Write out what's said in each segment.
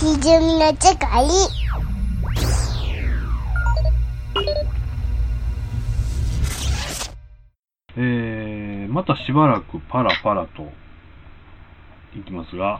ひじゅみの世界。 またしばらくパラパラといきますが、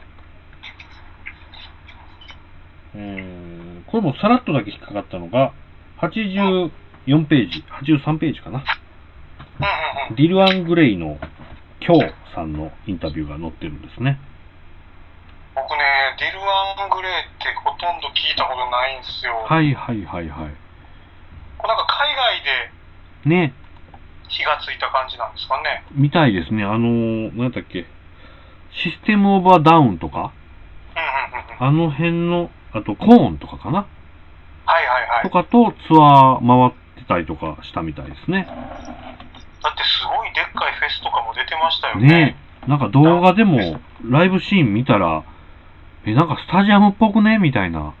これもさらっとだけ引っかかったのが、84ページ、83ページかな。ディル・アン・グレイのキョウさんのインタビューが載ってるんですね。 僕ね、ディル・アン・グレイってほとんど聞いたことないんですよ。 はいはいはいはい。 これなんか海外でね。 火がついた感じなんですかね。 みたいですね。なんだっけ、システム・オブ・ア・ダウンとか、あの辺の、あとコーンとかかな。 はいはいはい。 とかとツアー回ってたりとかしたみたいですね。 だってすごいでっかいフェスとかも出てましたよね。 ねえ。なんか動画でもライブシーン見たら、なんかスタジアムっぽくねみたいな。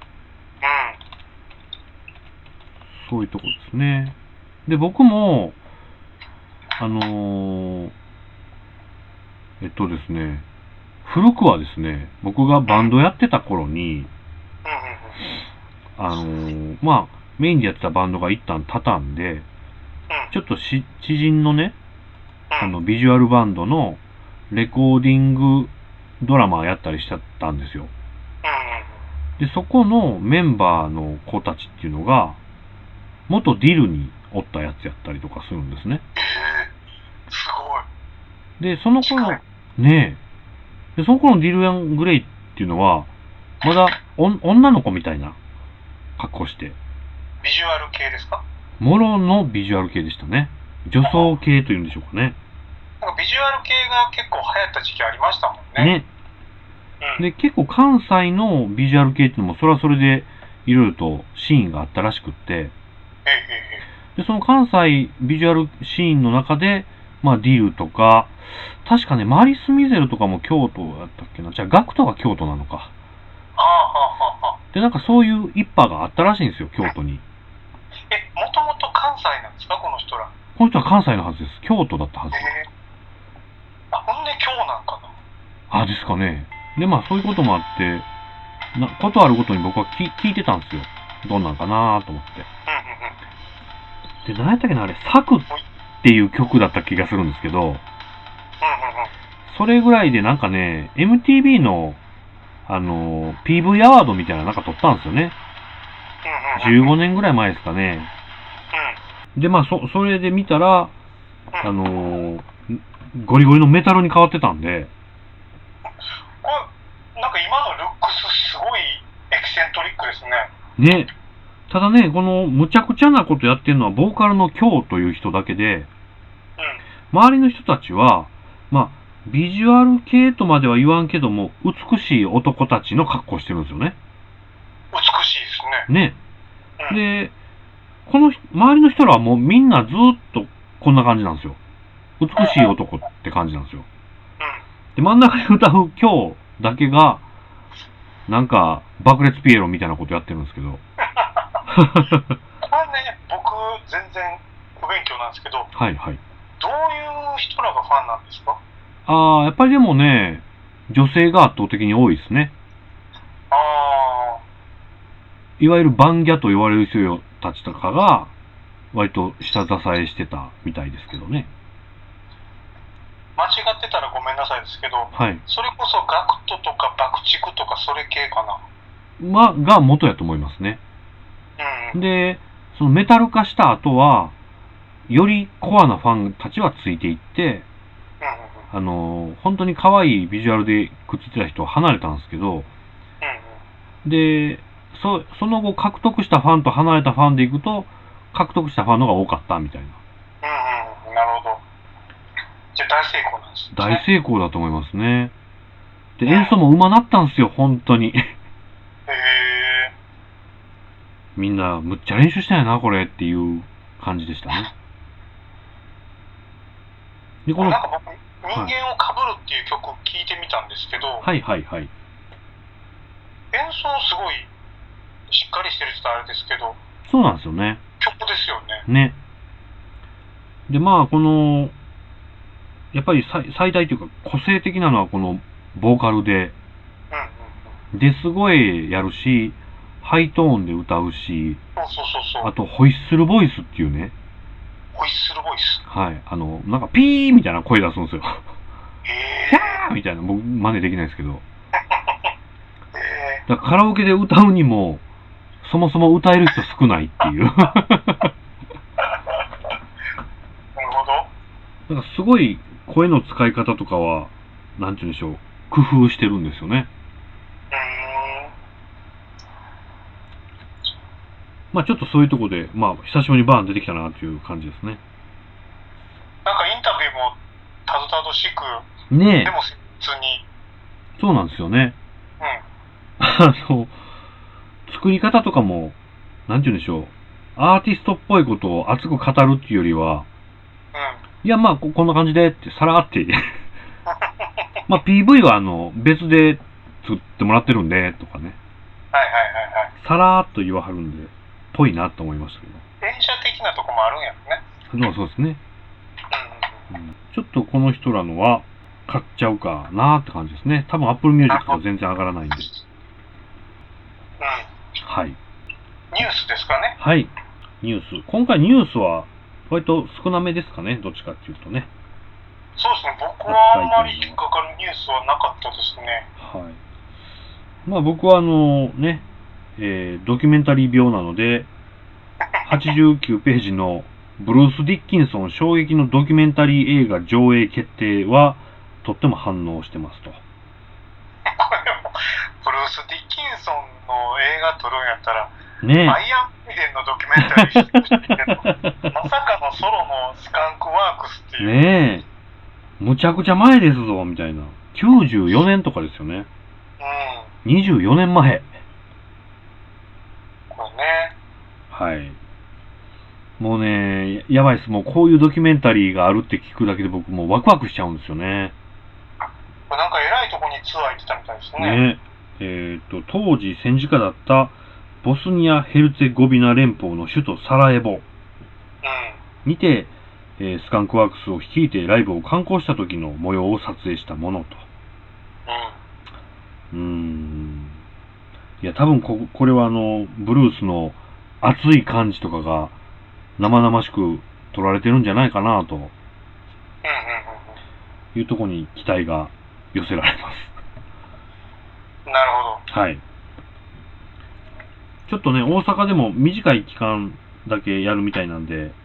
そういうとこですね。で、僕も、ですね、古くはですね、僕がバンドやってた頃に、まあ、メインでやってたバンドが一旦畳んで、ちょっと知人のね、ビジュアルバンドのレコーディングドラマやったりしちゃったんですよ。で、そこのメンバーの子たちっていうのが、元ディルにおったやつやったりとかするんですね。 すごい。で、その頃、ねえ。で、その頃のディル・アン・グレイっていうのは、まだ女の子みたいな格好して。 ビジュアル系ですか？ もろのビジュアル系でしたね。女装系というんでしょうかね。 なんかビジュアル系が結構流行った時期ありましたもんね。 ね。で、結構関西のビジュアル系っていうのもそれはそれでいろいろとシーンがあったらしくって、で、その関西ビジュアルシーンの中で、まあディルとか、確かね、マリス・ミゼルとかも京都やったっけな。じゃあ、ガクトが京都なのか。で、なんかそういう一派があったらしいんですよ、京都に。 もともと関西なんですか、この人ら。 この人は関西のはずです。京都だったはず。 ほんで京なんかな。 あ、ですかね。で、まあそういうこともあって、ことあるごとに僕は聞いてたんですよ。どんなんかなと思って。で、何やったっけな、あれ、サクっていう曲だった気がするんですけど、それぐらいでなんかね、MTV の、PV アワードみたいななんか撮ったんですよね。15年ぐらい前ですかね。で、まあ、それで見たら、ゴリゴリのメタルに変わってたんで。 これ、なんか今のルックスすごいエキセントリックですね。ね。ただね、このむちゃくちゃなことやってるのはボーカルの京という人だけで、周りの人たちは、まあ、ビジュアル系とまでは言わんけども、美しい男たちの格好してるんですよね。 美しいですね。 ね。で、この周りの人らはもうみんなずっとこんな感じなんですよ。美しい男って感じなんですよ。で、真ん中で歌う今日だけが、なんか、爆裂ピエロみたいなことやってるんですけど。これね、僕、全然不勉強なんですけど、 はいはい。 どういう人らがファンなんですか？ やっぱりでもね、女性が圧倒的に多いですね。いわゆるバンギャと言われる人たちとかが、割と下支えしてたみたいですけどね。 間違ってたらごめんなさいですけど、 はい。 それこそガクトとか爆竹とかそれ系かな。 が元やと思いますね。で、そのメタル化した後は、よりコアなファンたちはついていって、本当に可愛いビジュアルでくっついてた人は離れたんですけど、で、その後獲得したファンと離れたファンでいくと、獲得したファンの方が多かったみたいな。 なるほど。じゃあ大成功なんですね。 大成功だと思いますね。で、演奏も上手なったんですよ、本当に。みんな、むっちゃ練習したんやな、これっていう感じでしたね。 で、なんか僕、人間をかぶるっていう曲を聴いてみたんですけど、 はいはいはい。 演奏すごいしっかりしてるって言ったらあれですけど、 そうなんですよね。 曲ですよね。 ね。で、まあ、やっぱり最大というか個性的なのはこのボーカルで、 デス声やるし、ハイトーンで歌うし、 そうそうそうそう。 あと、ホイッスルボイスっていうね、 ホイッスルボイス。 はい、なんかピーみたいな声出すんですよ。 へキャーみたいな、僕真似できないですけど。 え。 だからカラオケで歌うにも、そもそも歌える人少ないっていう。だかなるほど。 らすごい声の使い方とかは、なんて言うんでしょう、工夫してるんですよね。まあちょっとそういうとこで、まあ久しぶりにバーン出てきたなっていう感じですね。 なんかインタビューもたどたどしく、 ねえ。 でも普通に。 そうなんですよね。 うん。 作り方とかも、なんて言うんでしょう。アーティストっぽいことを熱く語るっていうよりは、 うん。 いやまあこんな感じでってさらってまあ PV は別で作ってもらってるんでとかね、 はいはいはいはい。 さらーっと言わはるんでぽいなと思いましたけど。 電車的なとこもあるんやろね。 そうですね、 うん。 ちょっとこの人らのは買っちゃうかなーって感じですね。多分 Apple Music とか全然上がらないんで。 うん。 はい。 ニュースですかね。 はい。ニュース。今回ニュースは割と少なめですかね。どっちかっていうとね。 そうですね。僕はあんまり引っかかるニュースはなかったですね。 はい。まあ僕はね、ドキュメンタリー病なので、89ページのブルース・ディッキンソン衝撃のドキュメンタリー映画上映決定はとっても反応してますと。 これも、ブルース・ディキンソンの映画撮るんやったら、 ねアイアンメイデンのドキュメンタリーしてほしいけど、まさかのソロのスカンクワークスっていう。 ねえ。むちゃくちゃ前ですぞ、みたいな。94年とかですよね。 うん。 24年前。 これね。 はい。もうね、やばいです。もうこういうドキュメンタリーがあるって聞くだけで僕もうワクワクしちゃうんですよね。 これなんか偉いとこにツアー行ってたみたいですね。 ね。当時戦時下だったボスニア・ヘルツェゴビナ連邦の首都サラエボうん。 にて、スカンクワークスを率いてライブを観光した時の模様を撮影したものと。いや、多分これはブルースの熱い感じとかが生々しく撮られてるんじゃないかなというところに期待が寄せられます。 なるほど。 はい。ちょっとね、大阪でも短い期間だけやるみたいなんで、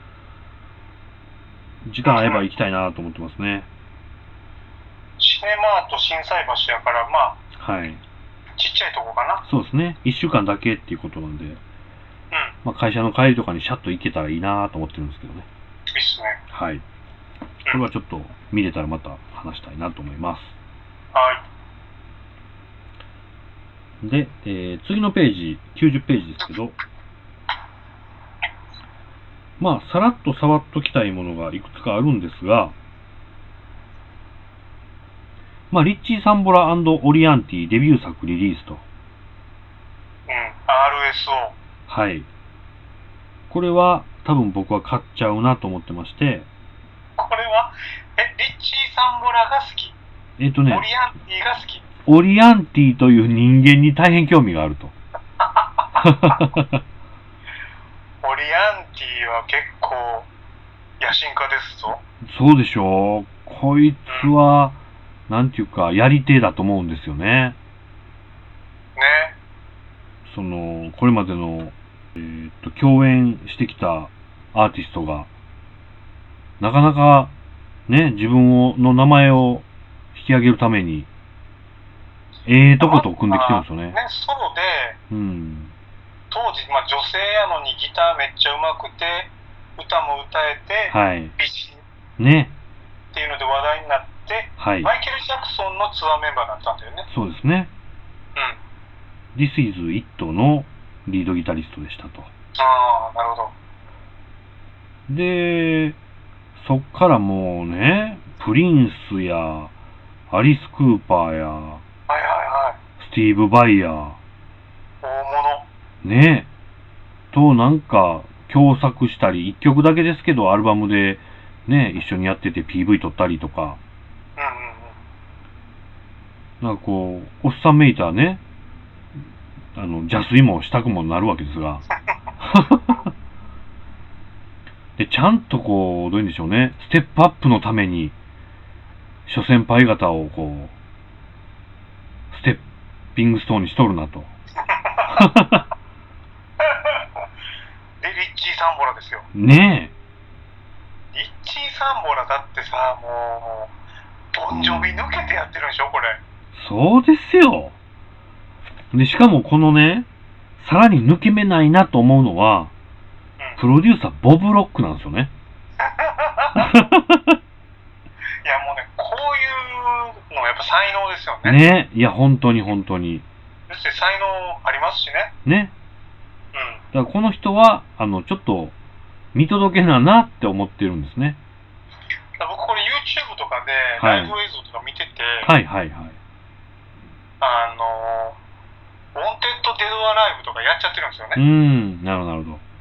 時間合えば行きたいなと思ってますね。 シネマート心斎橋やから、まあ、 はい。 ちっちゃいとこかな。 そうですね。1週間だけっていうことなんで、 うん。 まあ、会社の帰りとかにシャッと行けたらいいなと思ってるんですけどね。 いいっすね。 はい。これはちょっと見れたらまた話したいなと思います。 はい。 で、次のページ、90ページですけど、まあ、さらっと触っときたいものがいくつかあるんですが、まあ、リッチー・サンボラ&オリアンティデビュー作リリースと。 うん。RSO。 はい。これは多分僕は買っちゃうなと思ってまして。 これは、リッチー・サンボラが好き。オリアンティが好き。 オリアンティという人間に大変興味があると。 オリアンティは結構野心家ですぞ。 そうでしょう。こいつは、なんていうか、やり手だと思うんですよね。 ね。 これまでの、共演してきたアーティストが、なかなか、ね、自分の名前を引き上げるために、とこと組んできてるんですよね。 ソロで、当時、女性やのにギターめっちゃ上手くて、歌も歌えて、 はい。 美人。 ね。 っていうので話題になって、 はい。 マイケル・ジャクソンのツアーメンバーだったんだよね。 そうですね。 うん。 This is It のリードギタリストでしたと。 ああ、なるほど。 で、そっからもうね、プリンスや、アリス・クーパーや、 はいはいはい。 スティーブ・バイヤー。 大物。ねと、なんか、共作したり、一曲だけですけど、アルバムで、ね、一緒にやってて PV 撮ったりとか。 なんかこう、おっさんめいたね、邪推もしたくもなるわけですが。で、ちゃんとこう、どういうんでしょうね、ステップアップのために、諸先輩方をこう、ステッピングストーンにしとるなと。 で、リッチー・サンボラですよ。 ねえ。リッチー・サンボラだってさ、もう、ボンジョビ抜けてやってるんでしょ、これ。 そうですよ。で、しかもこのね、さらに抜け目ないなと思うのは、プロデューサー、ボブ・ロックなんですよね。 いや、もうね、こういうのやっぱ才能ですよね。 ね。いや、本当に本当に。 そして才能ありますしね。 ね。だからこの人は、ちょっと、見届けななって思ってるんですね。 僕これ YouTube とかでライブ映像とか見てて、 はいはいはい。 ウォンテッド・デド・アライブとかやっちゃってるんですよね。 なるほどなるほど。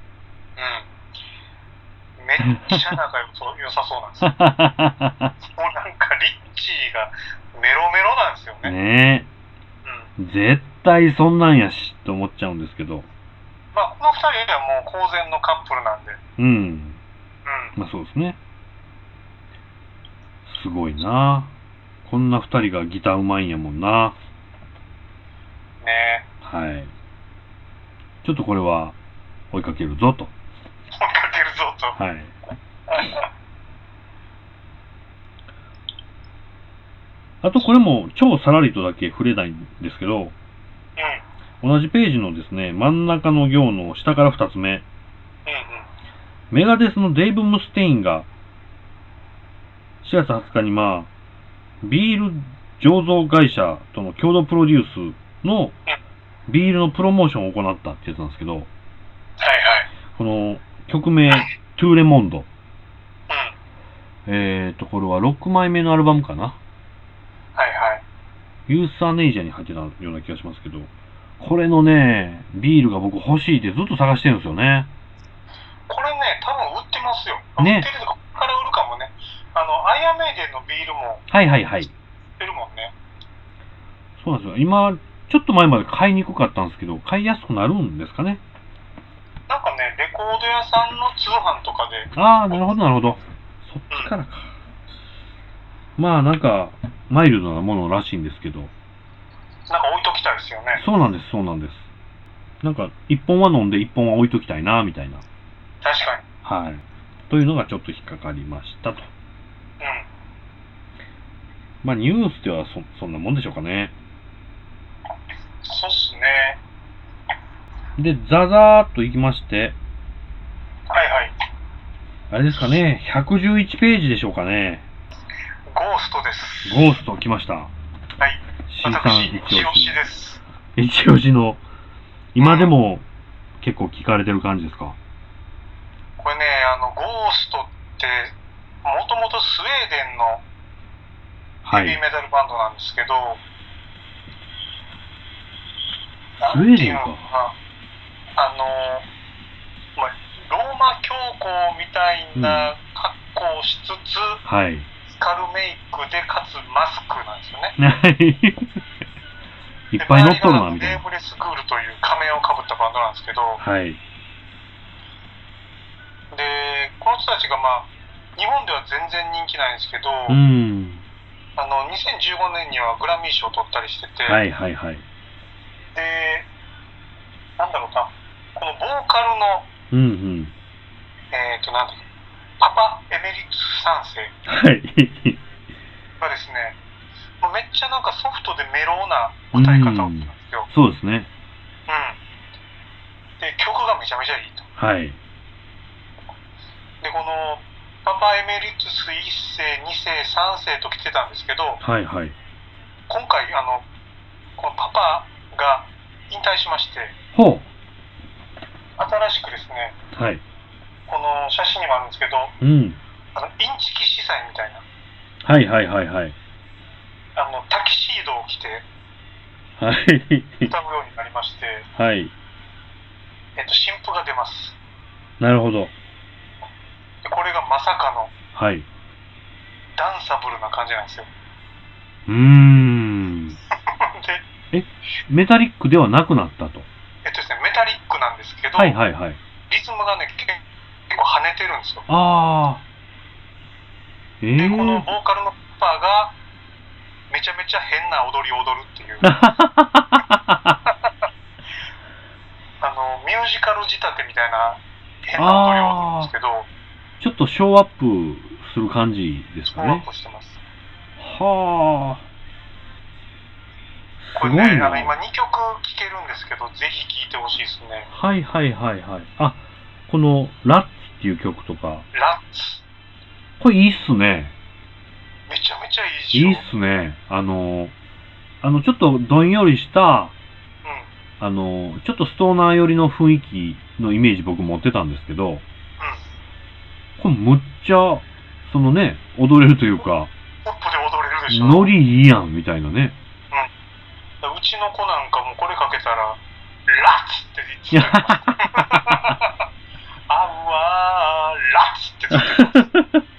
めっちゃ仲良さそうなんですよ。もうなんかリッチーがメロメロなんですよね。 ねえ。絶対そんなんやしと思っちゃうんですけど。 まあこの二人はもう公然のカップルなんで。まあそうですね。すごいな。こんな二人がギターうまいんやもんな。 ねえ。はい。ちょっとこれは追いかけるぞと。 追いかけるぞと。 はい。あとこれも超さらりとだけ触れないんですけど、同じページのですね、真ん中の行の下から2つ目、メガデスのデイブ・ムステインが4月20日にビール醸造会社との共同プロデュースのビールのプロモーションを行ったってやつなんですけど、この曲名、トゥーレモンド。これは6枚目のアルバムかな。ユース・アネイジャに入ってたような気がしますけど、これのね、ビールが僕欲しいってずっと探してるんですよね。 これね、多分売ってますよ。売ってるとか、ここから売るかもね。アイアンメイデンのビールも。売ってるもんね。 そうなんですよ。今、ちょっと前まで買いにくかったんですけど、買いやすくなるんですかね。 なんかね、レコード屋さんの通販とかで。 ああ、なるほど、なるほど。そっちからか。なんか、マイルドなものらしいんですけど。 なんか置いときたいですよね。 そうなんです、そうなんです。なんか、1本は飲んで1本は置いときたいな、みたいな。 確かに。 はい。というのがちょっと引っかかりましたと。ニュースではそんなもんでしょうかね。 そうっすね。 で、ザザーっといきまして。あれですかね、111ページでしょうかね。 ゴーストです。 ゴースト来ました。はい。 私、一押しです。 一押しの、今でも結構聞かれてる感じですか？ これね、ゴーストって、もともとスウェーデンのヘビーメタルバンドなんですけど、 スウェーデンか。 ローマ教皇みたいな格好をしつつ、スカルメイクでかつマスクなんですよね。 いっぱい乗っとるなみたいな。 ネームレスクールという仮面をかぶったバンドなんですけど、でこの人たちが日本では全然人気ないんですけど、2015年にはグラミー賞を取ったりしてて、でなんだろうな、このボーカルのなんだろう、パパエメリトス3世がですね、めっちゃなんかソフトでメローな歌い方をするんですよ。 そうですね。 で曲がめちゃめちゃいいと。でこのパパエメリトス1世2世3世と来てたんですけど、今回このパパが引退しまして、新しくですね、この写真にもあるんですけど、インチキ司祭みたいな、タキシードを着て歌うようになりまして、新譜が出ます。 なるほど。 でこれがまさかのダンサブルな感じなんですよ。 メタリックではなくなったと。 ですね、メタリックなんですけど、 はいはいはい。 リズムがね、結構跳ねてるんですよ。 ああ。 で、このボーカルのパパが、めちゃめちゃ変な踊りを踊るっていう。ミュージカル仕立てみたいな変な踊りを踊るんですけど、 ちょっとショーアップする感じですかね。 ショーアップしてます。 はあ。 これね、今2曲聴けるんですけど、ぜひ聴いてほしいですね。 はいはいはいはい。あ、このラッツっていう曲とか。 ラッツ。 これいいっすね。 めちゃめちゃいいでしょ。 いいっすね。ちょっとどんよりした、ちょっとストーナー寄りの雰囲気のイメージ僕持ってたんですけど、これむっちゃ、そのね、踊れるというか、 ポップで踊れるでしょ。 ノリいいやん、みたいなね。 うちの子なんかもこれかけたら、ラッツって言ってた。あわー、ラッツって言ってた。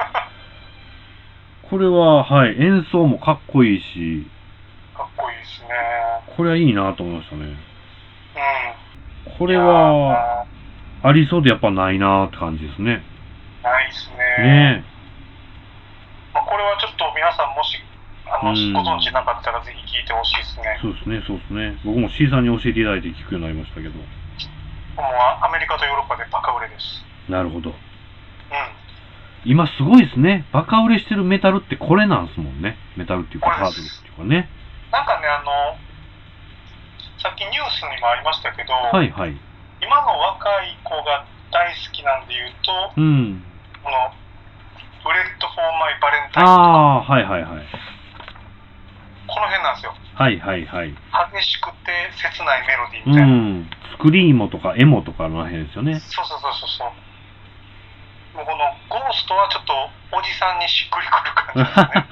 これは、はい、演奏もかっこいいし、 かっこいいですね。 これはいいなと思いましたね。これは、ありそうでやっぱないなって感じですね。 ないですね。 ねえ。これはちょっと皆さんもし、ご存知なかったらぜひ聞いてほしいですね。 そうですね、そうですね。僕も C さんに教えていただいて聞くようになりましたけど。もうアメリカとヨーロッパでバカ売れです。 なるほど。今すごいですね。バカ売れしてるメタルってこれなんですもんね。メタルっていうかハードっていうかね。 なんかね、さっきニュースにもありましたけど、 はいはい。 今の若い子が大好きなんで言うと、この、ブレッド・フォー・マイ・バレンタインとか。 はいはいはい。 この辺なんですよ。 はいはいはい。 激しくて切ないメロディーみたいな。 スクリーモとかエモとかの辺ですよね。 そう。もうこのゴーストはちょっとおじさんにしっくりくる感じ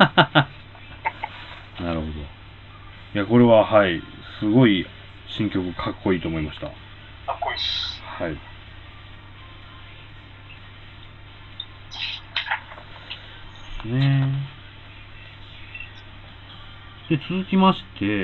ですね。 なるほど。いや、これははい、すごい新曲かっこいいと思いました。 かっこいいっす。 はい。ねで、続きまして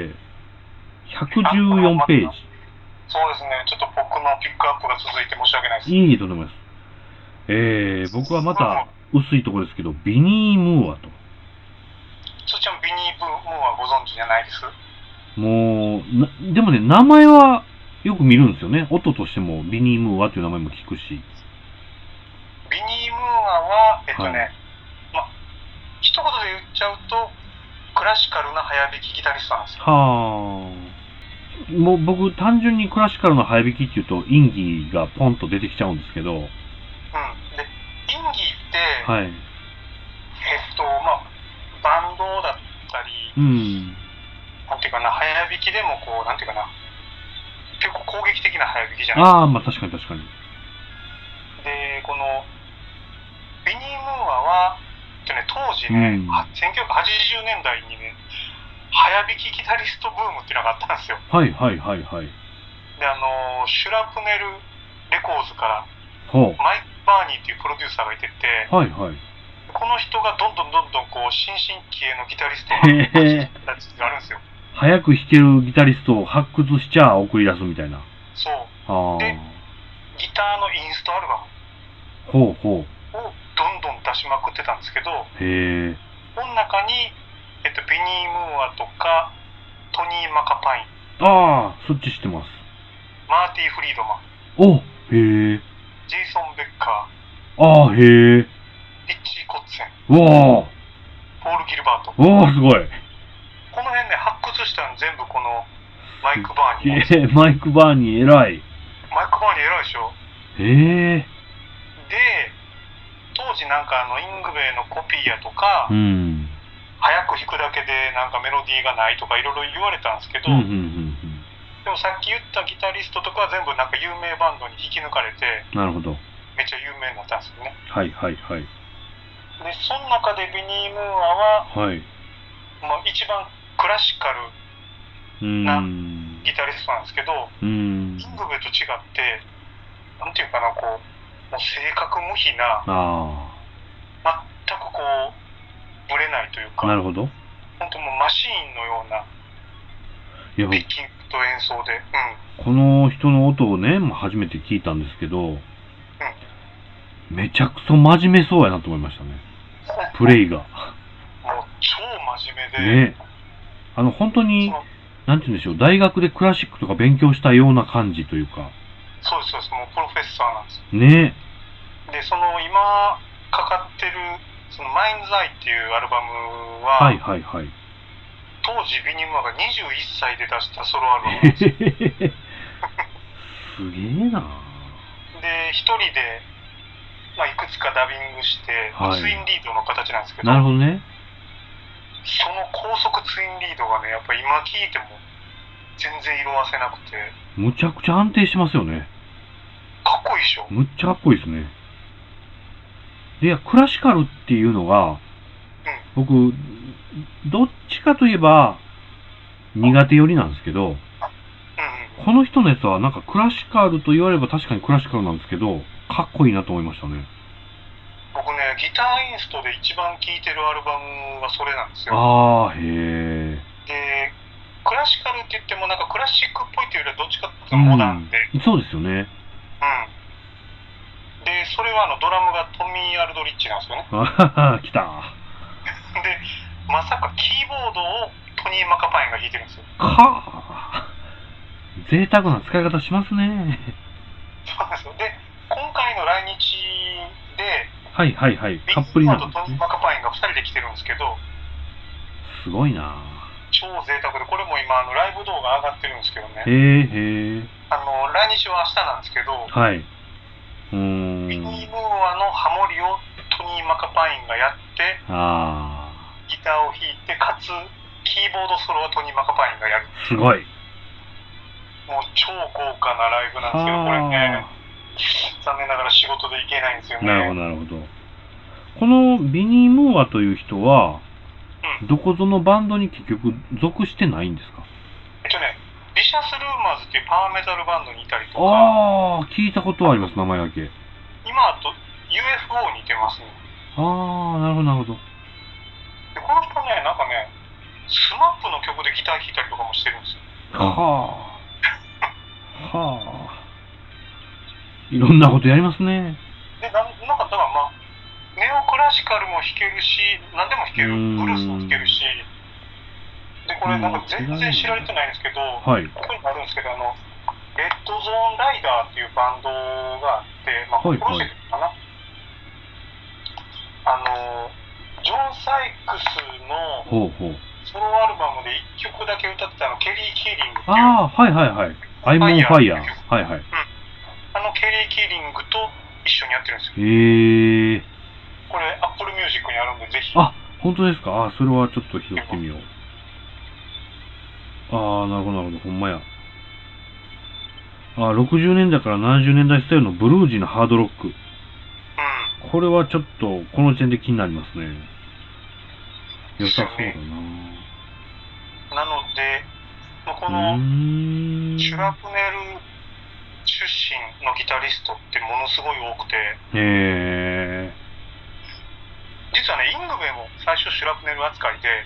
、114ページ。 そうですね。ちょっと僕のピックアップが続いて申し訳ないです。 いいと思います。僕はまた薄いところですけど、ビニー・ムーアと。 そちらもビニー・ムーアご存知じゃないです？ もう、でもね、名前はよく見るんですよね。音としてもビニー・ムーアという名前も聞くし。 ビニー・ムーアは、一言で言っちゃうと、クラシカルな早弾きギタリストなんですよ。 もう僕、単純にクラシカルな早弾きっていうと、インギがポンと出てきちゃうんですけど。で、インギって、 バンドだったり、なんていうかな、早弾きでもこう、なんていうかな、結構攻撃的な早弾きじゃないですか。 確かに確かに。 で、この、ビニー・ムーアは、当時ね、1980年代にね、早弾きギタリストブームっていうのがあったんですよ。 で、 シュラプネルレコーズから、マイク・バーニーっていうプロデューサーがいてて、この人がどんどんこう、新進気鋭のギタリストがあるんですよ。 早く弾けるギタリストを発掘しちゃ送り出すみたいな。 そう。で、ギターのインストアルバムをどんどん出しまくってたんですけど、この中に、ビニー・ムーアとか、トニー・マカパイン。 そっち知ってます。 マーティ・フリードマン。ジェイソン・ベッカー。リッチー・コッツェン。ポール・ギルバート。 すごい。 この辺ね、発掘したの全部このマイク・バーニー。 マイク・バーニー偉い。 マイク・バーニー偉いでしょ。で、当時なんかイングベイのコピーやとか、早く弾くだけでなんかメロディーがないとかいろいろ言われたんですけど、でもさっき言ったギタリストとかは全部なんか有名バンドに引き抜かれて、 なるほど。 めっちゃ有名になったんですよね。で、その中でビニー・ムーアは、一番クラシカルなギタリストなんですけど、イングベイと違って、なんていうかな、こう、もう正確無比な、全くこう、ぶれないというか、 なるほど。 本当もうマシーンのような。 いや、 ピッキングと演奏で。 この人の音をね、初めて聞いたんですけど、めちゃくそ真面目そうやなと思いましたね。プレイが。 もう超真面目で。 ね。本当に、なんて言うんでしょう、大学でクラシックとか勉強したような感じというか。 そうです、そうです。もうプロフェッサーなんですよ。 ね。 で、今かかってる、マインズアイっていうアルバムは、 はいはいはい。 当時ビニムアが21歳で出したソロアルバムなんですよ。 すげえな。 で、一人で、いくつかダビングして、ツインリードの形なんですけど、 なるほどね。 その高速ツインリードがね、やっぱ今聴いても全然色あせなくて。 むちゃくちゃ安定してますよね。 かっこいいでしょ？ むっちゃかっこいいですね。で、クラシカルっていうのが、僕、どっちかといえば苦手寄りなんですけど、この人のやつはなんかクラシカルと言われれば確かにクラシカルなんですけど、かっこいいなと思いましたね。 僕ね、ギターインストで一番聴いてるアルバムはそれなんですよ。 ああ、へえ。 で、クラシカルって言ってもなんかクラシックっぽいというよりはどっちかっていうとモダンで。 そうですよね。 で、それはドラムがトミー・アルドリッチなんですよね。 来た。 で、まさかキーボードをトニー・マカパインが弾いてるんですよ。 贅沢な使い方しますね。 そうなんですよ。で、今回の来日で、 はいはいはい、カップリなんですね。 ビッグとトニー・マカパインが2人で来てるんですけど、 すごいな。 超贅沢で、これも今ライブ動画上がってるんですけどね。 へえ。 来日は明日なんですけど、 はい。 ビニー・ムーアのハモリをトニー・マカパインがやって、ギターを弾いて、かつキーボードソロはトニー・マカパインがやる。 すごい。 もう超豪華なライブなんですけど、これね、残念ながら仕事で行けないんですよね。 なるほどなるほど。このビニー・ムーアという人は、どこぞのバンドに結局属してないんですか？ ビシャス・ルーマーズっていうパワーメタルバンドにいたりとか。 聞いたことはあります、名前だけ。 今あと UFO にいてますね。 なるほどなるほど。 で、この人ね、なんかね、スマップの曲でギター弾いたりとかもしてるんですよ。 いろんなことやりますね。 で、なんかだからネオクラシカルも弾けるし、何でも弾ける、ブルースも弾けるし、で、これなんか全然知られてないんですけど、ここにあるんですけど、レッドゾーンライダーっていうバンドがあって、プロジェクトかな。ジョン・サイクスのソロアルバムで1曲だけ歌ってたケリー・キーリングっていう。 はいはいはい。I'm on fire。はいはい。 ケリー・キーリングと一緒にやってるんですよ。 へえ。 これ、Apple Music にあるんで、ぜひ。 本当ですか？それはちょっと拾ってみよう。なるほどなるほど、ほんまや。60年代から70年代スタイルのブルージーなハードロック。これはちょっと、この時点で気になりますね。良さそうだな。なので、この、シュラプネル出身のギタリストってものすごい多くて。実はね、イングベイも最初シュラプネル扱いで、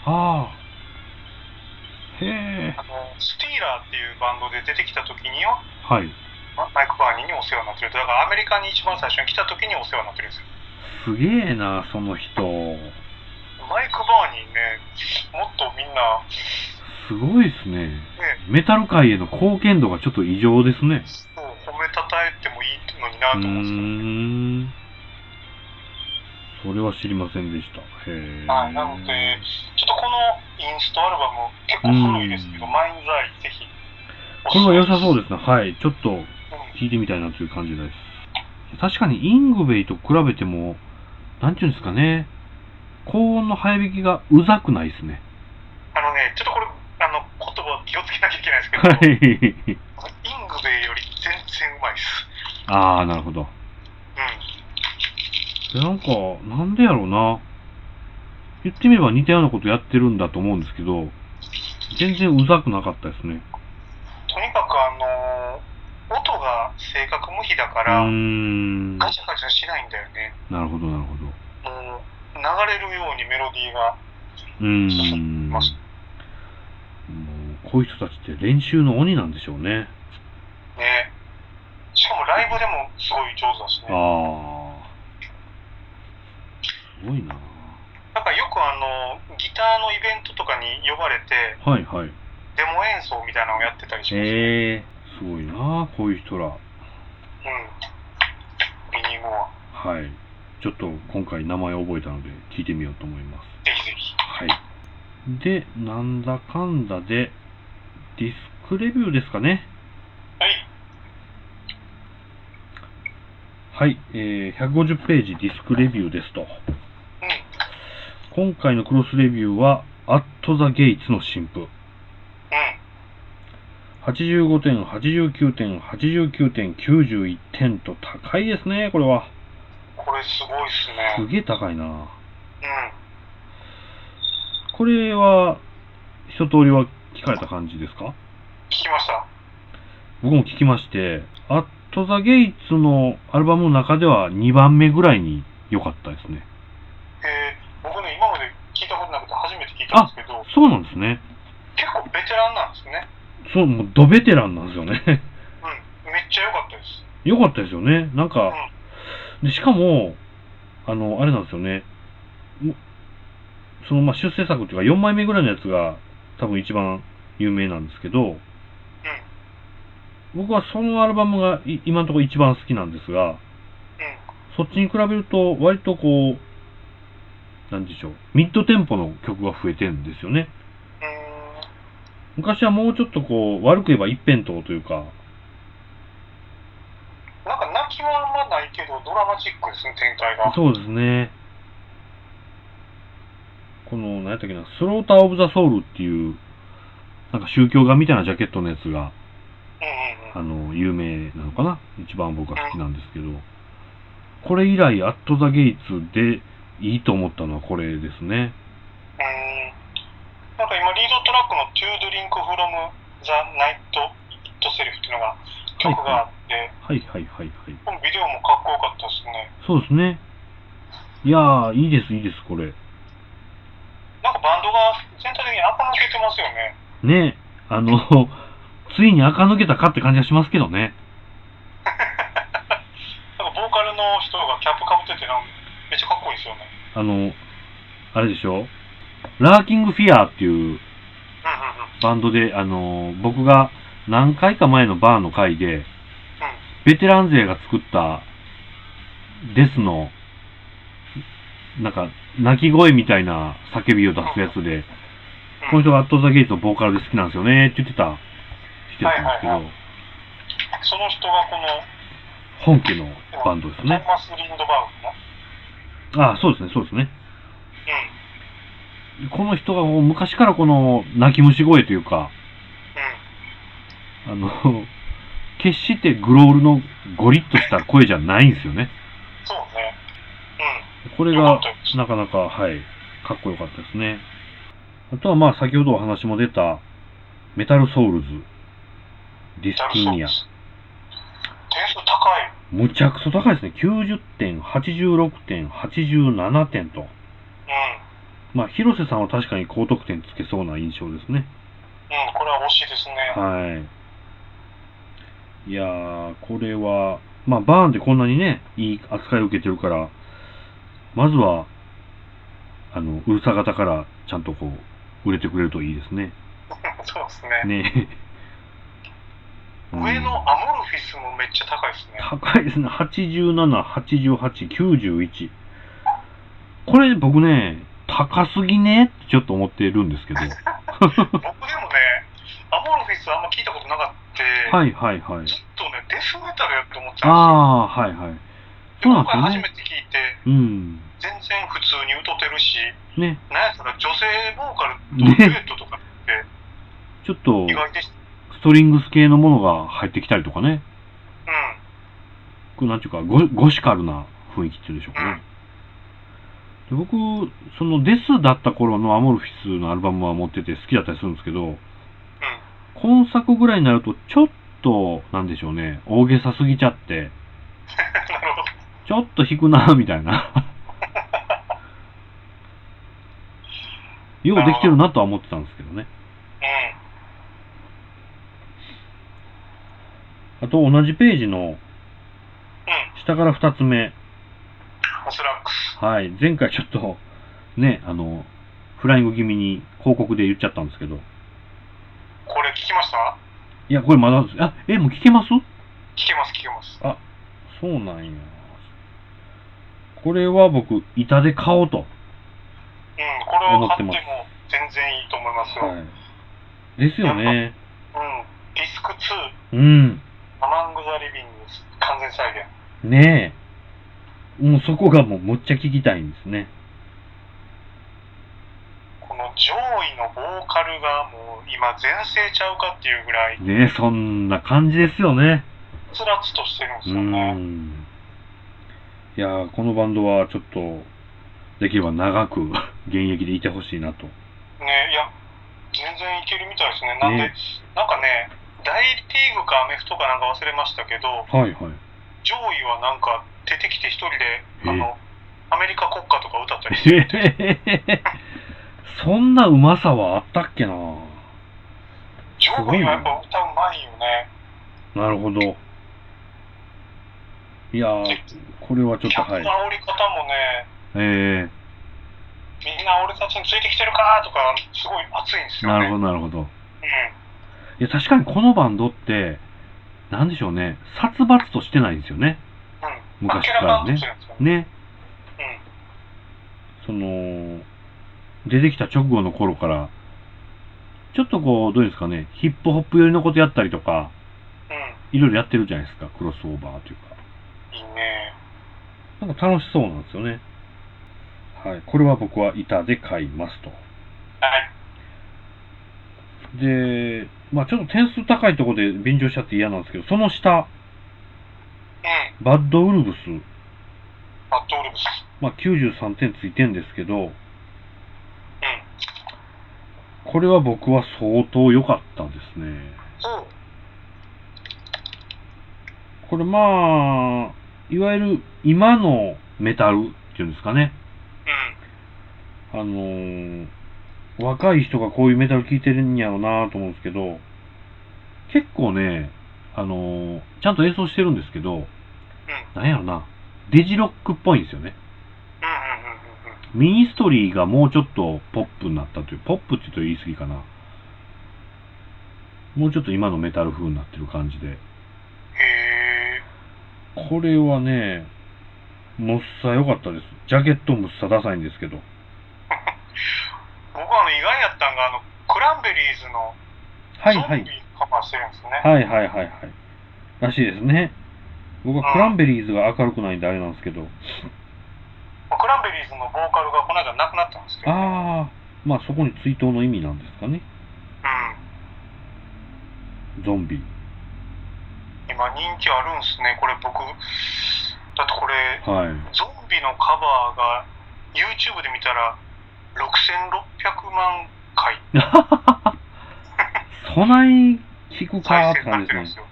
スティーラーっていうバンドで出てきた時には、マイク・バーニーにお世話になってる。だからアメリカに一番最初に来た時にお世話になってるんですよ。 すげえな、その人。 マイク・バーニーね、もっとみんなすごいですね。メタル界への貢献度がちょっと異常ですね。 そう、褒めたたえてもいいのになと思うんですけど。 それは知りませんでした。 なので、ちょっとこのインストアルバム、結構古いですけど、マインズアイぜひ。 これは良さそうですね。はい。ちょっと聞いてみたいなという感じです。確かにイングベイと比べても、なんていうんですかね。高音の早弾きがうざくないですね。 ちょっとこれ、言葉気をつけなきゃいけないですけど、イングベイより全然うまいです。 なるほど。なんか、なんでやろうな。言ってみれば似たようなことやってるんだと思うんですけど、全然うざくなかったですね。 とにかく音が正確無比だから、ガチャガチャしないんだよね。 なるほど、なるほど。 流れるようにメロディーが進みます。 もうこういう人たちって練習の鬼なんでしょうね。 ね。しかもライブでもすごい上手だしね。 ああ。すごいな。 なんかよくギターのイベントとかに呼ばれて、 はいはい。 デモ演奏みたいなのをやってたりします。 すごいな、こういう人ら。うん。 ビニーモア。 はい。ちょっと今回名前覚えたので聞いてみようと思います。 ぜひぜひ。 はい。で、なんだかんだで、ディスクレビューですかね。 はい。 はい、150ページディスクレビューですと。今回のクロスレビューは、アット・ザ・ゲイツの新譜。85点、89点、89点、91点と高いですね、これは。 これすごいっすね。 すげえ高いな。これは、一通りは聞かれた感じですか？ 聞きました。 僕も聞きまして、アット・ザ・ゲイツのアルバムの中では2番目ぐらいに良かったですね。 僕ね、今まで聞いたことなくて初めて聞いたんですけど。 そうなんですね。 結構ベテランなんですね。 そう、もうドベテランなんですよね。 めっちゃ良かったです。 良かったですよね。なんか、でしかも、あれなんですよね。その、出世作っていうか4枚目ぐらいのやつが多分一番有名なんですけど、僕はそのアルバムが今のところ一番好きなんですが、そっちに比べると割とこう、なんでしょう、ミッドテンポの曲が増えてるんですよね。昔はもうちょっとこう、悪く言えば一辺倒というか、 なんか泣きはあんまないけど、ドラマチックですね、展開が。 そうですね。この、何やったっけな、スローター・オブ・ザ・ソウルっていう、なんか宗教画みたいなジャケットのやつが、有名なのかな、一番僕が好きなんですけど、これ以来、アット・ザ・ゲイツでいいと思ったのはこれですね。 なんか今、リードトラックの To Drink From the Night Itself っていうのが、曲があって、このビデオもかっこよかったですね。 そうですね。いやー、いいです、いいです、これ。 なんかバンドが全体的に垢抜けてますよね。 ね、ついに垢抜けたかって感じがしますけどね。 なんかボーカルの人がキャップかぶっててめっちゃかっこいいですよね。 あれでしょ、ラーキング・フィアーっていうバンドで、僕が何回か前のバーの回で、ベテラン勢が作ったデスの、なんか、泣き声みたいな叫びを出すやつで、この人がアット・ザ・ゲイツのボーカルで好きなんですよねって言ってた人だったんですけど、 その人がこの本家のバンドですね。 トーマス・リンドバーグの。そうですね、そうですね。この人が昔からこの泣き虫声というか、決してグロールのゴリッとした声じゃないんですよね。 そうね。 これがなかなか、はい、かっこよかったですね。あとは先ほどお話も出たメタルソウルズ、ディスキニア。点数高い。 むちゃくそ高いですね。90点、86点、87点と。広瀬さんは確かに高得点つけそうな印象ですね。 これは惜しいですね。 はい。いやー、これは、バーンでこんなにね、いい扱いを受けてるから、まずは、うるさ型からちゃんとこう、売れてくれるといいですね。 そうですね。 ね。 上のアモルフィスもめっちゃ高いですね。 高いですね。87、88、91。これ僕ね、高すぎねってちょっと思ってるんですけど。僕でもね、アモルフィスあんま聞いたことなかった。ずっとね、デスメタルやと思ってたんですよ。そうなんですよね。初めて聞いて、全然普通に歌ってるし、なんやったら女性ボーカルとデュエットとかって、 ちょっと、ストリングス系のものが入ってきたりとかね。なんていうか、ゴシカルな雰囲気っていうんでしょうかね。で僕、そのデスだった頃のアモルフィスのアルバムは持ってて好きだったりするんですけど、今作ぐらいになるとちょっと、なんでしょうね、大げさすぎちゃって、ちょっと引くなみたいな。ようできてるなとは思ってたんですけどね。 あと同じページの下から2つ目。 オスラックス。 はい。前回ちょっと、ね、フライング気味に広告で言っちゃったんですけど。 これ聞きました？ いや、これまだです。もう聞けます？ 聞けます、聞けます。 あ、そうなんや。これは僕、板で買おうと。 これは買っても全然いいと思いますよ。 はい。ですよね。 ディスク2。アマング・ザ・リビング完全再現。 ねえ。もうそこがもうむっちゃ聞きたいんですね。 この上位のボーカルがもう今全盛ちゃうかっていうぐらい。 ねえ、そんな感じですよね。 つらつとしてるんですよね。 いやー、このバンドはちょっと、できれば長く現役でいてほしいなと。 ね、いや、全然いけるみたいですね。なんで、なんかね、大リーグかアメフトかなんか忘れましたけど、 はいはい。 上位はなんか出てきて一人で、アメリカ国歌とか歌ったりしてて。 そんなうまさはあったっけな。 上位はやっぱ歌うまいよね。 なるほど。いやー、これはちょっと、はい。 煽り方もね、みんな俺たちについてきてるかとか、すごい熱いんですよね。 なるほど、なるほど。いや、確かにこのバンドって、なんでしょうね、殺伐としてないんですよね。昔からね。ね。出てきた直後の頃から、ちょっとこう、どうですかね、ヒップホップ寄りのことやったりとか、いろいろやってるじゃないですか、クロスオーバーというか。 いいね。 なんか楽しそうなんですよね。はい。これは僕は板で買いますと。 はい。 で、まあちょっと点数高いところで便乗しちゃって嫌なんですけど、その下、バッドウルブス。 バッドウルブス。 まあ93点ついてんですけど、これは僕は相当良かったですね。これまあ、いわゆる今のメタルっていうんですかね。若い人がこういうメタル聴いてるんやろうなと思うんですけど、結構ね、ちゃんと演奏してるんですけど、なんやろな、デジロックっぽいんですよね。ミニストリーがもうちょっとポップになったという、ポップって言うと言い過ぎかな。もうちょっと今のメタル風になってる感じで。これはね、むっさ良かったです。ジャケットむっさダサいんですけど。 僕は意外やったんが、クランベリーズのゾンビカバーしてるんですね。 はいはいはいはい。らしいですね。僕はクランベリーズが明るくないんであれなんですけど。 クランベリーズのボーカルがこの間亡くなったんですけど、 まあそこに追悼の意味なんですかね。ゾンビ。 今人気あるんすね。これ僕、だってこれ、ゾンビのカバーが YouTube で見たら6600万回。 そない聞くかって感じですね。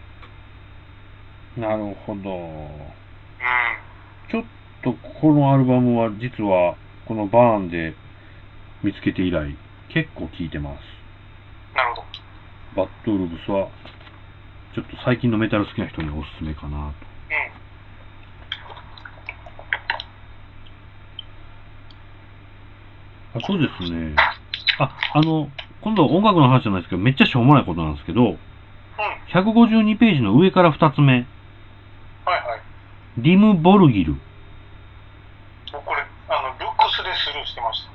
なるほど。ちょっとこのアルバムは実はこのバーンで見つけて以来結構聴いてます。 なるほど。 バッドウルブスはちょっと最近のメタル好きな人におすすめかなと。あとですね、今度は音楽の話じゃないですけど、めっちゃしょうもないことなんですけど、152ページの上から2つ目。ディム・ボルギル。 これ、ルックスでスルーしてました。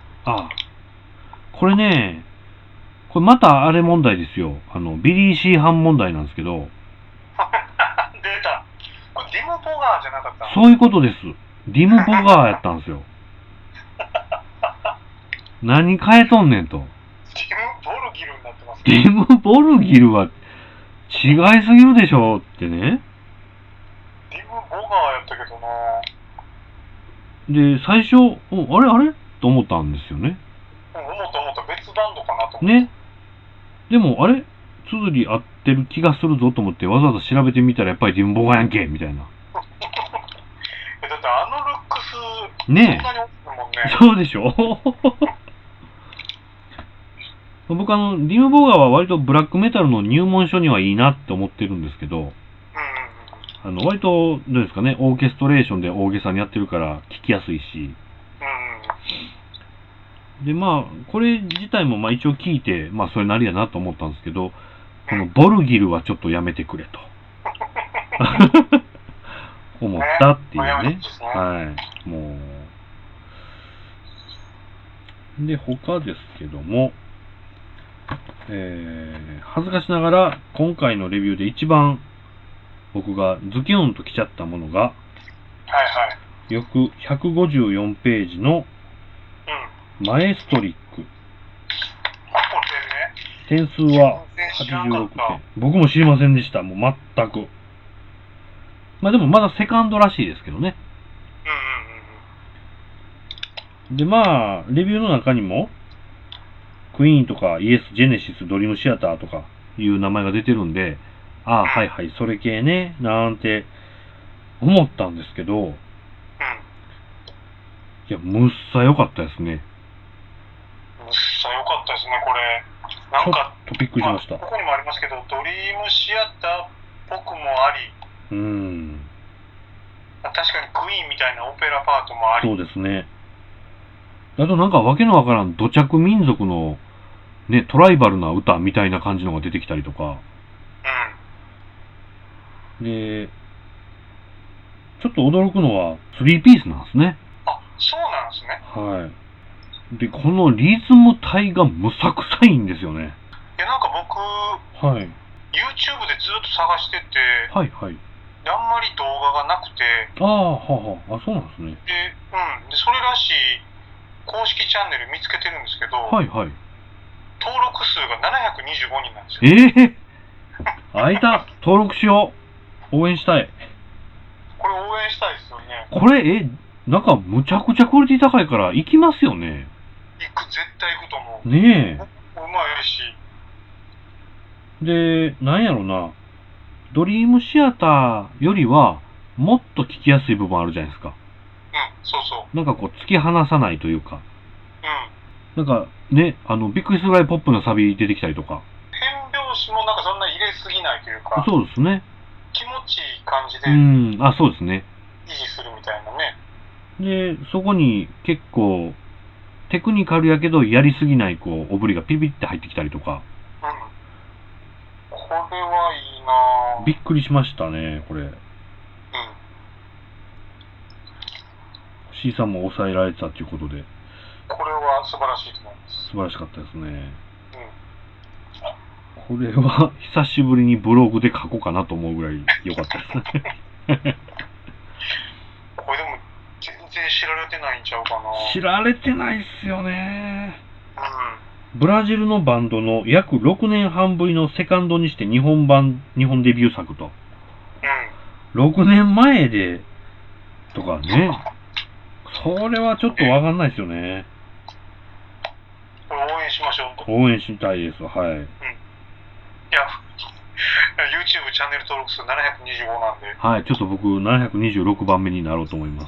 これね、これまたあれ問題ですよ。ビリー・シーハン問題なんですけど。 出た。これディム・ボガーじゃなかった？ そういうことです。ディム・ボガーやったんですよ。何変えとんねんと。 ディム・ボルギルになってますね。 ディム・ボルギルは違いすぎるでしょってね。 ディム・ボガーやったけどな。 で、最初、あれと思ったんですよね。 思った別バンドかなと思って。 ね。でも、あれ綴り合ってる気がするぞと思ってわざわざ調べてみたらやっぱりディム・ボガーやんけみたいな。 だってルックス、 ねえ。 そんなに大きいもんね。 そうでしょ僕ディム・ボガーは割とブラックメタルの入門書にはいいなって思ってるんですけど、 割と、どうですかね、オーケストレーションで大げさにやってるから聞きやすいし。で、まあ、これ自体もまあ一応聞いて、まあそれなりやなと思ったんですけど、このボルギルはちょっとやめてくれと。思ったっていうね。はい。もう。で、他ですけども、恥ずかしながら、今回のレビューで一番僕がズキュンときちゃったものが、はいはい。翌154ページの、マエストリック。点数は86点。僕も知りませんでした。もう全く。まあでもまだセカンドらしいですけどね。でまあ、レビューの中にも、クイーンとかイエス、ジェネシス、ドリームシアターとかいう名前が出てるんで、ああ、はいはい、それ系ね、なんて思ったんですけど、いや、むっさ良かったですね。 むっさ良かったですね、これ。なんか、 ちょっとびっくりしました。 ここにもありますけど、ドリームシアターっぽくもあり、確かにクイーンみたいなオペラパートもあり。 そうですね。あとなんかわけのわからん土着民族のね、トライバルな歌みたいな感じのが出てきたりとか。で、ちょっと驚くのは3ピースなんですね。 あ、そうなんですね。 はい。で、このリズム体がむさくさいんですよね。 いや、なんか僕、はい。YouTube でずっと探してて、はいはい。で、あんまり動画がなくて、 あ、そうなんですね。 で、で、それらしい公式チャンネル見つけてるんですけど、はいはい。登録数が725人なんですよ。 あいた、登録しよう。応援したい。 これ応援したいですよね。 これ、なんかむちゃくちゃクオリティ高いから行きますよね。 絶対行くと思う。 ねえ。うまいし。 で、なんやろな。ドリームシアターよりは、もっと聞きやすい部分あるじゃないですか。 そうそう。 なんかこう、突き放さないというか。なんか、ね、びっくりするぐらいポップなサビ出てきたりとか。 変拍子もなんかそんな入れすぎないというか。 そうですね。 気持ちいい感じで。 そうですね。 維持するみたいなね。 で、そこに結構、テクニカルやけど、やりすぎない、こう、オブリがピピって入ってきたりとか。 これはいいなぁ。 びっくりしましたね、これ。C さんも抑えられてたということで。 これは素晴らしいと思います。 素晴らしかったですね。これは久しぶりにブログで書こうかなと思うぐらい良かったですね。 これでも全然知られてないんちゃうかな。 知られてないっすよね。ブラジルのバンドの約6年半ぶりのセカンドにして日本デビュー作と。6年前で、とかね。それはちょっとわかんないですよね。 これ応援しましょう。 応援したいです。はい。いや、YouTube チャンネル登録数725なんで。 はい、ちょっと僕726番目になろうと思います。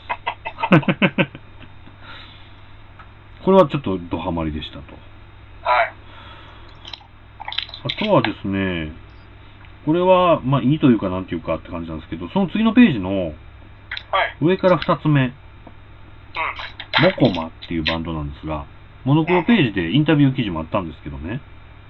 これはちょっとドハマりでしたと。 はい。 あとはですね、これは、まあいいというかなんていうかって感じなんですけど、その次のページの上から2つ目、モコマっていうバンドなんですが、モノクロページでインタビュー記事もあったんですけどね。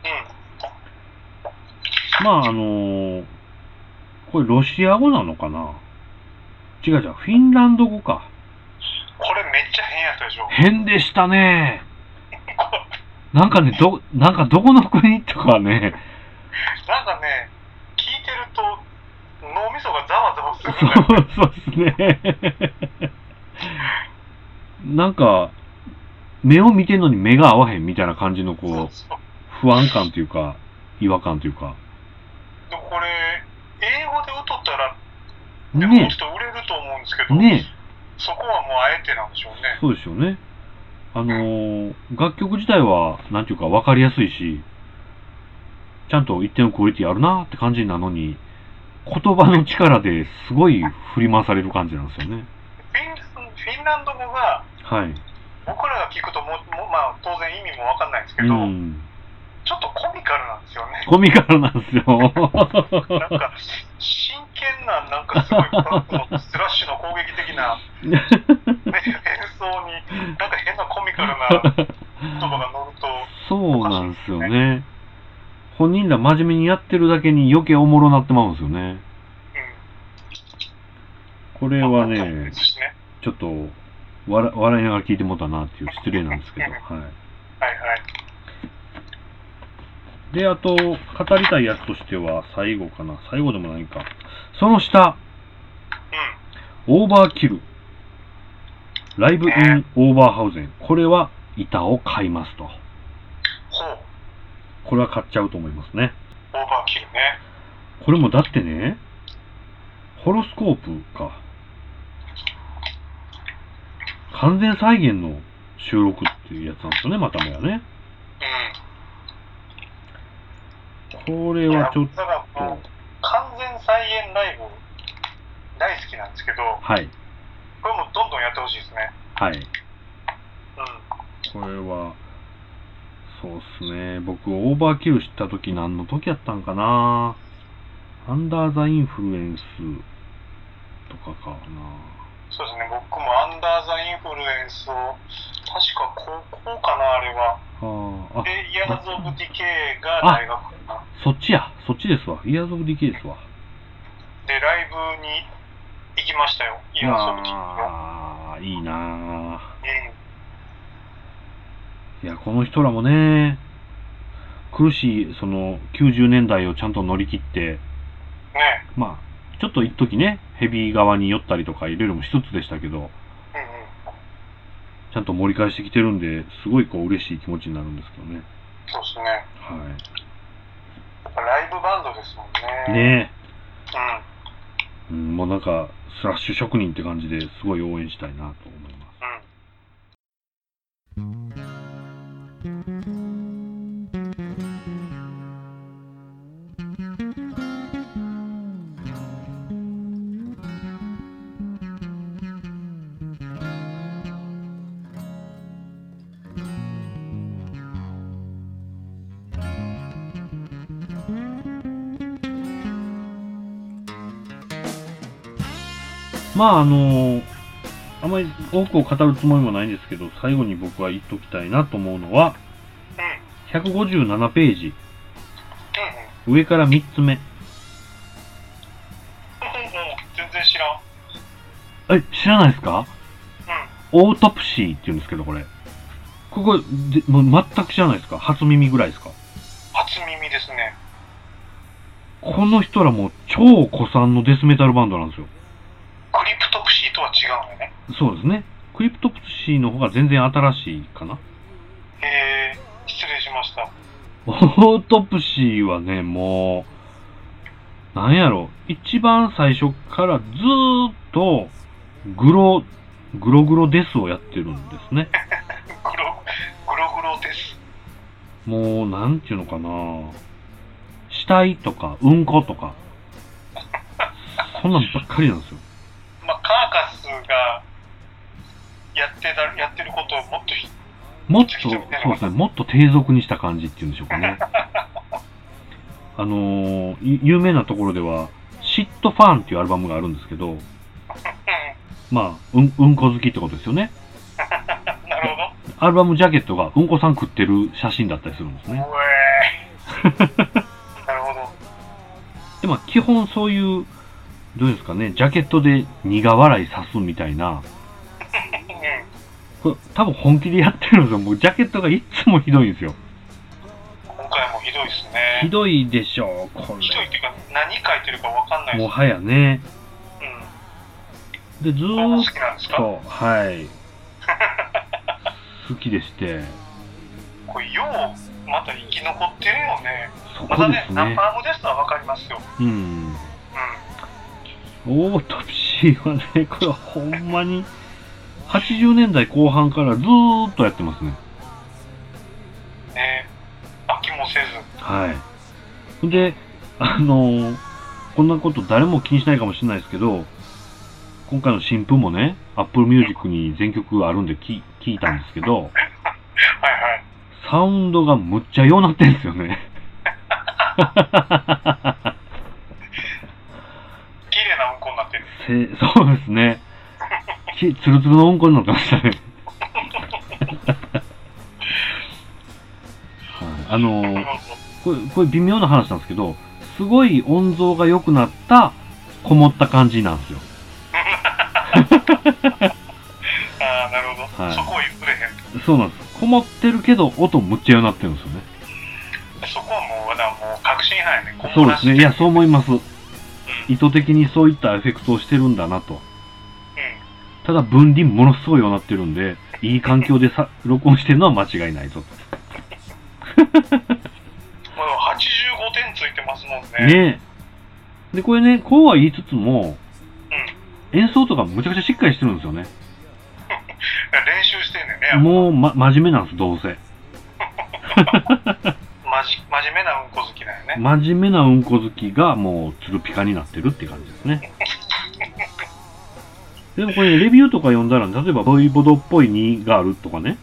まあこれロシア語なのかな？違う、フィンランド語か。 これめっちゃ変やったでしょ。 変でしたね。なんかね、なんかどこの国とかね。 なんかね、聞いてると脳みそがざわざわするんだよね。 そうですね。なんか、目を見てんのに目が合わへんみたいな感じのこう、不安感というか、違和感というか。 でもこれ、英語で歌ったら、でももうちょっと売れると思うんですけど、そこはもうあえてなんでしょうね。 そうですよね。楽曲自体は、なんていうか分かりやすいし、ちゃんと一定のクオリティあるなって感じなのに、言葉の力ですごい振り回される感じなんですよね。 フィンランド語が、僕らが聞くとまあ当然意味も分かんないんですけど、ちちょっとコミカルなんですよね。 コミカルなんですよ。 なんか、真剣な、なんかすごい、スラッシュの攻撃的な、ね、演奏に、なんか変なコミカルな言葉が乗ると、 そうなんですよね。本人ら真面目にやってるだけに余計おもろなってまうんですよね。これはね、ちょっと笑いながら聞いてもらったなっていう失礼なんですけど、はい。はいはい。で、あと、語りたいやつとしては、最後かな。最後でもないか。その下、オーバーキル。ライブインオーバーハウゼン。これは板を買いますと。これは買っちゃうと思いますね。 オーバーキルね。 これもだってね、ホロスコープか。完全再現の収録っていうやつなんですよね、またもやね。これはちょっと。 完全再現ライブ大好きなんですけど、 はい。 これもどんどんやってほしいですね。 はい。これは、そうっすね。僕、オーバーキル知った時何の時やったんかな。アンダーザインフルエンスとかかな。 そうですね。僕もアンダーザインフルエンスを、確か高校かな、あれは。で、イヤーズ・オブ・ディケイが大学かな。 そっちや。そっちですわ。イヤーズ・オブ・ディケイですわ。 で、ライブに行きましたよ。イヤーズ・オブ・ディケイを。 ああ、いいなぁ。いや、この人らもね、苦しい、その、90年代をちゃんと乗り切って、 ね、 まあ、ちょっと一時ね、ヘビー側に寄ったりとか、いろいろもしつつでしたけど、ちゃんと盛り返してきてるんで、すごいこう、嬉しい気持ちになるんですけどね。 そうですね。 はい。 やっぱライブバンドですもんね。 ねえ。もうなんか、スラッシュ職人って感じですごい応援したいなと思います。まああんまり多くを語るつもりもないんですけど、最後に僕は言っときたいなと思うのは、157ページ、上から3つ目。 全然知らん。 知らないですか？オートプシーって言うんですけど、これ。ここで、もう全く知らないですか？初耳ぐらいですか？ 初耳ですね。 この人らもう超古参のデスメタルバンドなんですよ。 クリプトプシーとは違うのね。 そうですね。クリプトプシーの方が全然新しいかな。 失礼しました。 オートプシーはね、もう、なんやろ、一番最初からずーっと、グログロデスをやってるんですね。 グログロデス。 もう、なんていうのかな、死体とか、うんことか、そんなんばっかりなんですよ。 まあ、カーカスがやってることをもっとそうですね、もっと低俗にした感じっていうんでしょうかね。有名なところでは、シットファンっていうアルバムがあるんですけど、まあ、うんこ好きってことですよね。 なるほど。 アルバムジャケットがうんこさん食ってる写真だったりするんですね。なるほど。 で、まあ、基本そういう、どうですかね、ジャケットで苦笑いさすみたいな、これ多分本気でやってるんですよ。もうジャケットがいつもひどいんですよ。 今回もひどいですね。 ひどいでしょう、これ。 ひどいっていうか、何書いてるかわかんないです。 もはやね。で、ずーっと、 好きなんですか？ はい。好きでして。 これ、よう、また生き残ってるよね。 そこですね。 まだね、ナンパームですとはわかりますよ。 オートプシーはね、これはほんまに、80年代後半からずーっとやってますね。 飽きもせず。 はい。で、こんなこと誰も気にしないかもしれないですけど、今回の新譜もね、Apple Music に全曲あるんで聞いたんですけど、 はいはい。 サウンドがむっちゃようなってんですよね。 綺麗なうんこになってる。 そうですね。ツルツルのうんこになってましたね。これ微妙な話なんですけど、すごい音像が良くなったこもった感じなんですよ。 ああ、なるほど、はい、そこを言ってへん。そうなんです。こもってるけど音むっちゃようなってるんですよね。 そこはもう確信犯やね。 そうですね。いや、そう思います。意図的にそういったエフェクトをしてるんだなと。ただ分離ものすごいようなってるんで、いい環境で録音してるのは間違いないぞと。 85点ついてますもんね。 ねえ。で、これね、こうは言いつつも、演奏とかむちゃくちゃしっかりしてるんですよね。 練習してんねんね。 もう、真面目なんです、どうせ。 真面目なうんこ好きだよね。 真面目なうんこ好きがもうツルピカになってるって感じですね。でもこれ、レビューとか読んだら、例えばボイボドっぽい2があるとかね。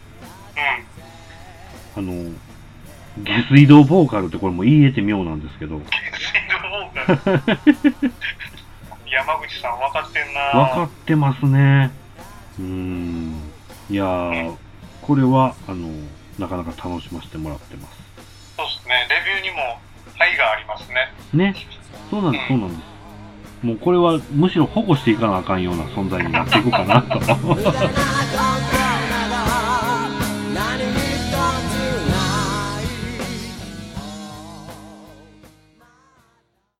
下水道ボーカルってこれも言えて妙なんですけど。 下水道ボーカル山口さん分かってんな。 分かってますね。いやー、これはなかなか楽しませてもらってます。 そうですね。レビューにも愛がありますね。 ね。そうなんです、そうなんです。もうこれはむしろ保護していかなあかんような存在になっていくかなと。